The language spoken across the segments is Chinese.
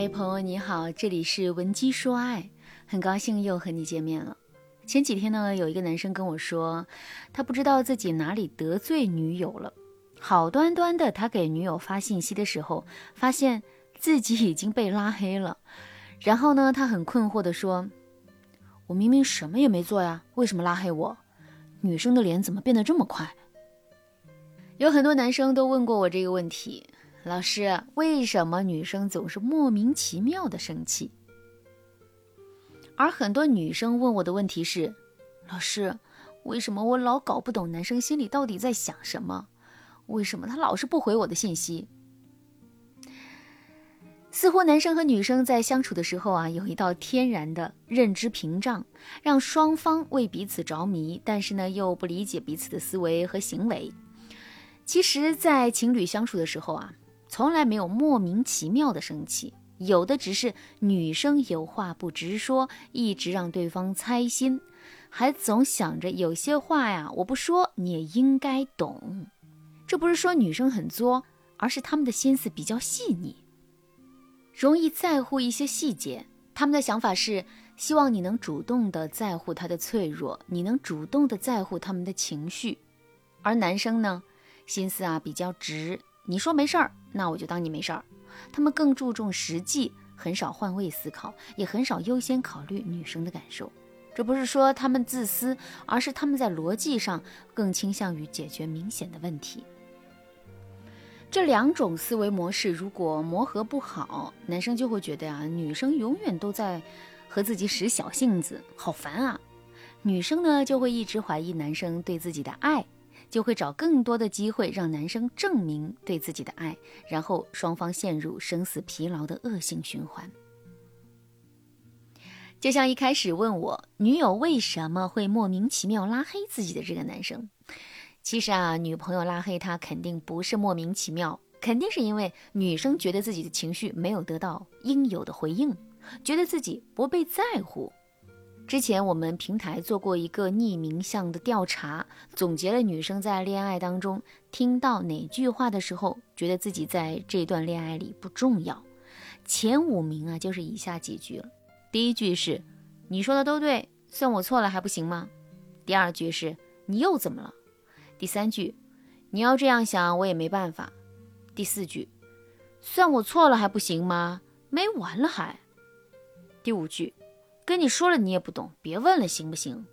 嗨，朋友你好，这里是文姬说爱，很高兴又和你见面了。前几天呢，有一个男生跟我说，他不知道自己哪里得罪女友了。好端端的他给女友发信息的时候，发现自己已经被拉黑了。然后呢，他很困惑的说，我明明什么也没做呀，为什么拉黑我？女生的脸怎么变得这么快？有很多男生都问过我这个问题，老师，为什么女生总是莫名其妙的生气？而很多女生问我的问题是，老师，为什么我老搞不懂男生心里到底在想什么？为什么他老是不回我的信息？似乎男生和女生在相处的时候有一道天然的认知屏障，让双方为彼此着迷，但是呢，又不理解彼此的思维和行为。其实在情侣相处的时候从来没有莫名其妙的生气，有的只是女生有话不直说，一直让对方猜心，还总想着有些话我不说你也应该懂。这不是说女生很作，而是她们的心思比较细腻，容易在乎一些细节。他们的想法是希望你能主动的在乎她的脆弱，你能主动的在乎他们的情绪。而男生呢，心思比较直，你说没事儿，那我就当你没事儿。他们更注重实际，很少换位思考，也很少优先考虑女生的感受。这不是说他们自私，而是他们在逻辑上更倾向于解决明显的问题。这两种思维模式如果磨合不好，男生就会觉得女生永远都在和自己使小性子，好烦啊。女生呢，就会一直怀疑男生对自己的爱，就会找更多的机会让男生证明对自己的爱，然后双方陷入生死疲劳的恶性循环。就像一开始问我女友为什么会莫名其妙拉黑自己的这个男生，其实女朋友拉黑他肯定不是莫名其妙，肯定是因为女生觉得自己的情绪没有得到应有的回应，觉得自己不被在乎。之前我们平台做过一个匿名向的调查，总结了女生在恋爱当中听到哪句话的时候觉得自己在这段恋爱里不重要。前5名就是以下几句了。第一句是你说的都对，算我错了还不行吗？第二句是你又怎么了？第三句你要这样想我也没办法。第四句算我错了还不行吗？没完了还。第5句跟你说了你也不懂，别问了行不行？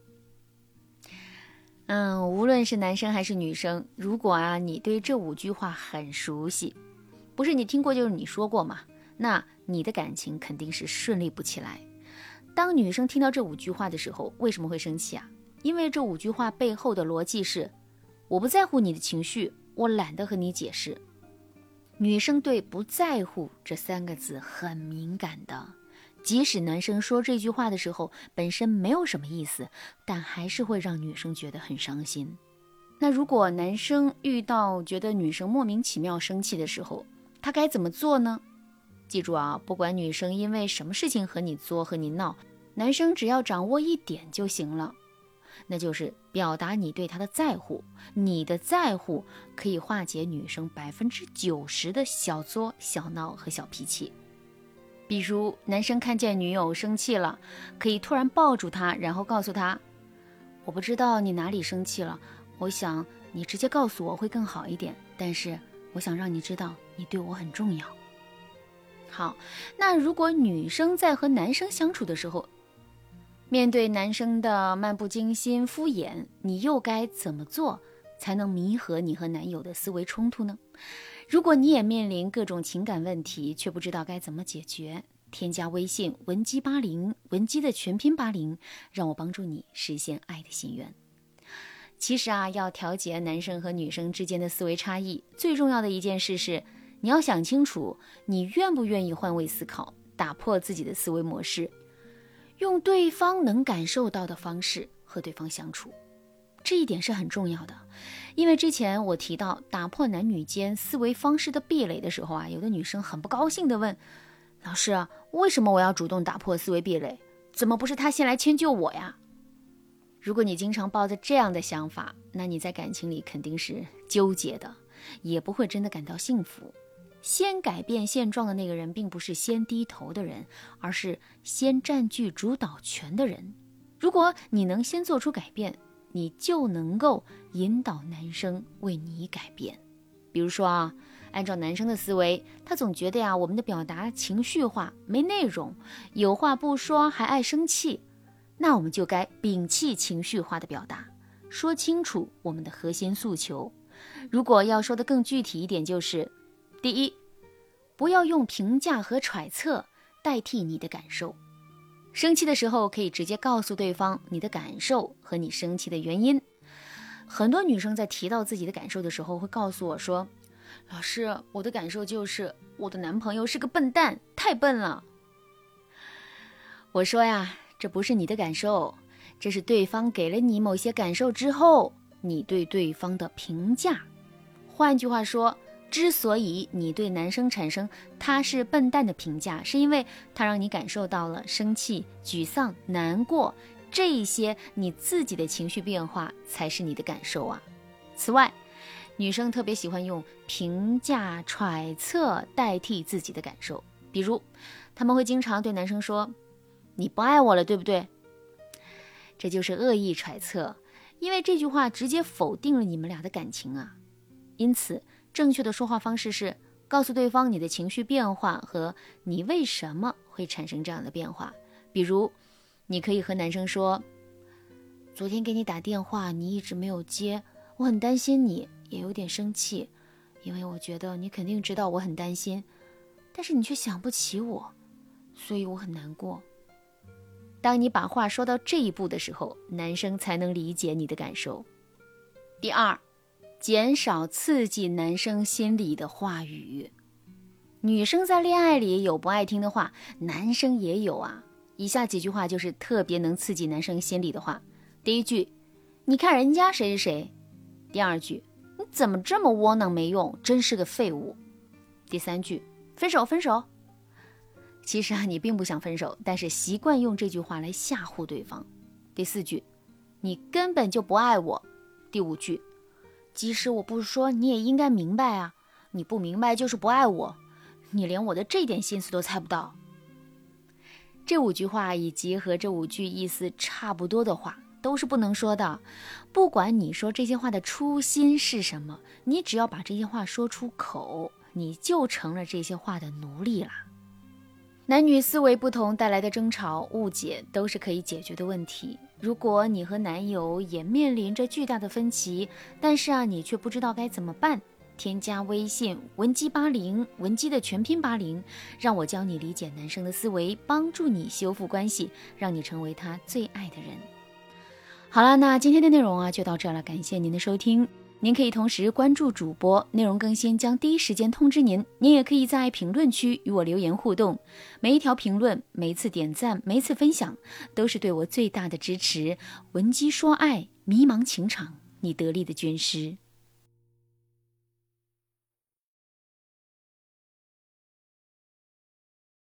无论是男生还是女生，如果你对这5句话很熟悉，不是你听过就是你说过嘛，那你的感情肯定是顺利不起来。当女生听到这5句话的时候，为什么会生气因为这5句话背后的逻辑是，我不在乎你的情绪，我懒得和你解释。女生对不在乎这3个字很敏感的，即使男生说这句话的时候本身没有什么意思，但还是会让女生觉得很伤心。那如果男生遇到觉得女生莫名其妙生气的时候，他该怎么做呢？记住不管女生因为什么事情和你作和你闹，男生只要掌握一点就行了，那就是表达你对她的在乎。你的在乎可以化解女生90%的小作小闹和小脾气。比如男生看见女友生气了，可以突然抱住她，然后告诉她，我不知道你哪里生气了，我想你直接告诉我会更好一点，但是我想让你知道你对我很重要。好，那如果女生在和男生相处的时候，面对男生的漫不经心敷衍，你又该怎么做才能弥合你和男友的思维冲突呢？如果你也面临各种情感问题，却不知道该怎么解决，添加微信文姬80，文姬的全拼80，让我帮助你实现爱的心愿。其实要调节男生和女生之间的思维差异，最重要的一件事是，你要想清楚，你愿不愿意换位思考，打破自己的思维模式，用对方能感受到的方式和对方相处。这一点是很重要的，因为之前我提到打破男女间思维方式的壁垒的时候有的女生很不高兴地问，老师，为什么我要主动打破思维壁垒？怎么不是他先来迁就我呀？如果你经常抱着这样的想法，那你在感情里肯定是纠结的，也不会真的感到幸福。 先改变现状的那个人并不是先低头的人，而是先占据主导权的人。如果你能先做出改变，你就能够引导男生为你改变。比如说按照男生的思维，他总觉得我们的表达情绪化，没内容，有话不说还爱生气。那我们就该摒弃情绪化的表达，说清楚我们的核心诉求。如果要说得更具体一点，就是第一，不要用评价和揣测代替你的感受。生气的时候可以直接告诉对方你的感受和你生气的原因。很多女生在提到自己的感受的时候会告诉我说，老师，我的感受就是我的男朋友是个笨蛋，太笨了。我说这不是你的感受，这是对方给了你某些感受之后，你对对方的评价。换句话说，之所以你对男生产生他是笨蛋的评价，是因为他让你感受到了生气、沮丧、难过，这些你自己的情绪变化才是你的感受此外，女生特别喜欢用评价、揣测代替自己的感受。比如他们会经常对男生说，你不爱我了，对不对？这就是恶意揣测，因为这句话直接否定了你们俩的感情因此正确的说话方式是告诉对方你的情绪变化和你为什么会产生这样的变化。比如你可以和男生说，昨天给你打电话你一直没有接，我很担心你，也有点生气，因为我觉得你肯定知道我很担心，但是你却想不起我，所以我很难过。当你把话说到这一步的时候，男生才能理解你的感受。第二，减少刺激男生心里的话语。女生在恋爱里有不爱听的话，男生也有以下几句话就是特别能刺激男生心里的话。第一句，你看人家谁谁谁。第二句，你怎么这么窝囊没用，真是个废物。第三句，分手分手。其实你并不想分手，但是习惯用这句话来吓唬对方。第四句，你根本就不爱我。第五句，即使我不说你也应该明白你不明白就是不爱我，你连我的这点心思都猜不到。这5句话以及和这5句意思差不多的话都是不能说的。不管你说这些话的初心是什么，你只要把这些话说出口，你就成了这些话的奴隶啦。男女思维不同带来的争吵、误解都是可以解决的问题。如果你和男友也面临着巨大的分歧，但是你却不知道该怎么办，添加微信文姬80，文姬的全拼80，让我教你理解男生的思维，帮助你修复关系，让你成为他最爱的人。好了，那今天的内容就到这了，感谢您的收听。您可以同时关注主播，内容更新将第一时间通知您。您也可以在评论区与我留言互动，每一条评论、每一次点赞、每一次分享，都是对我最大的支持。文姬说爱，迷茫情场，你得力的军师。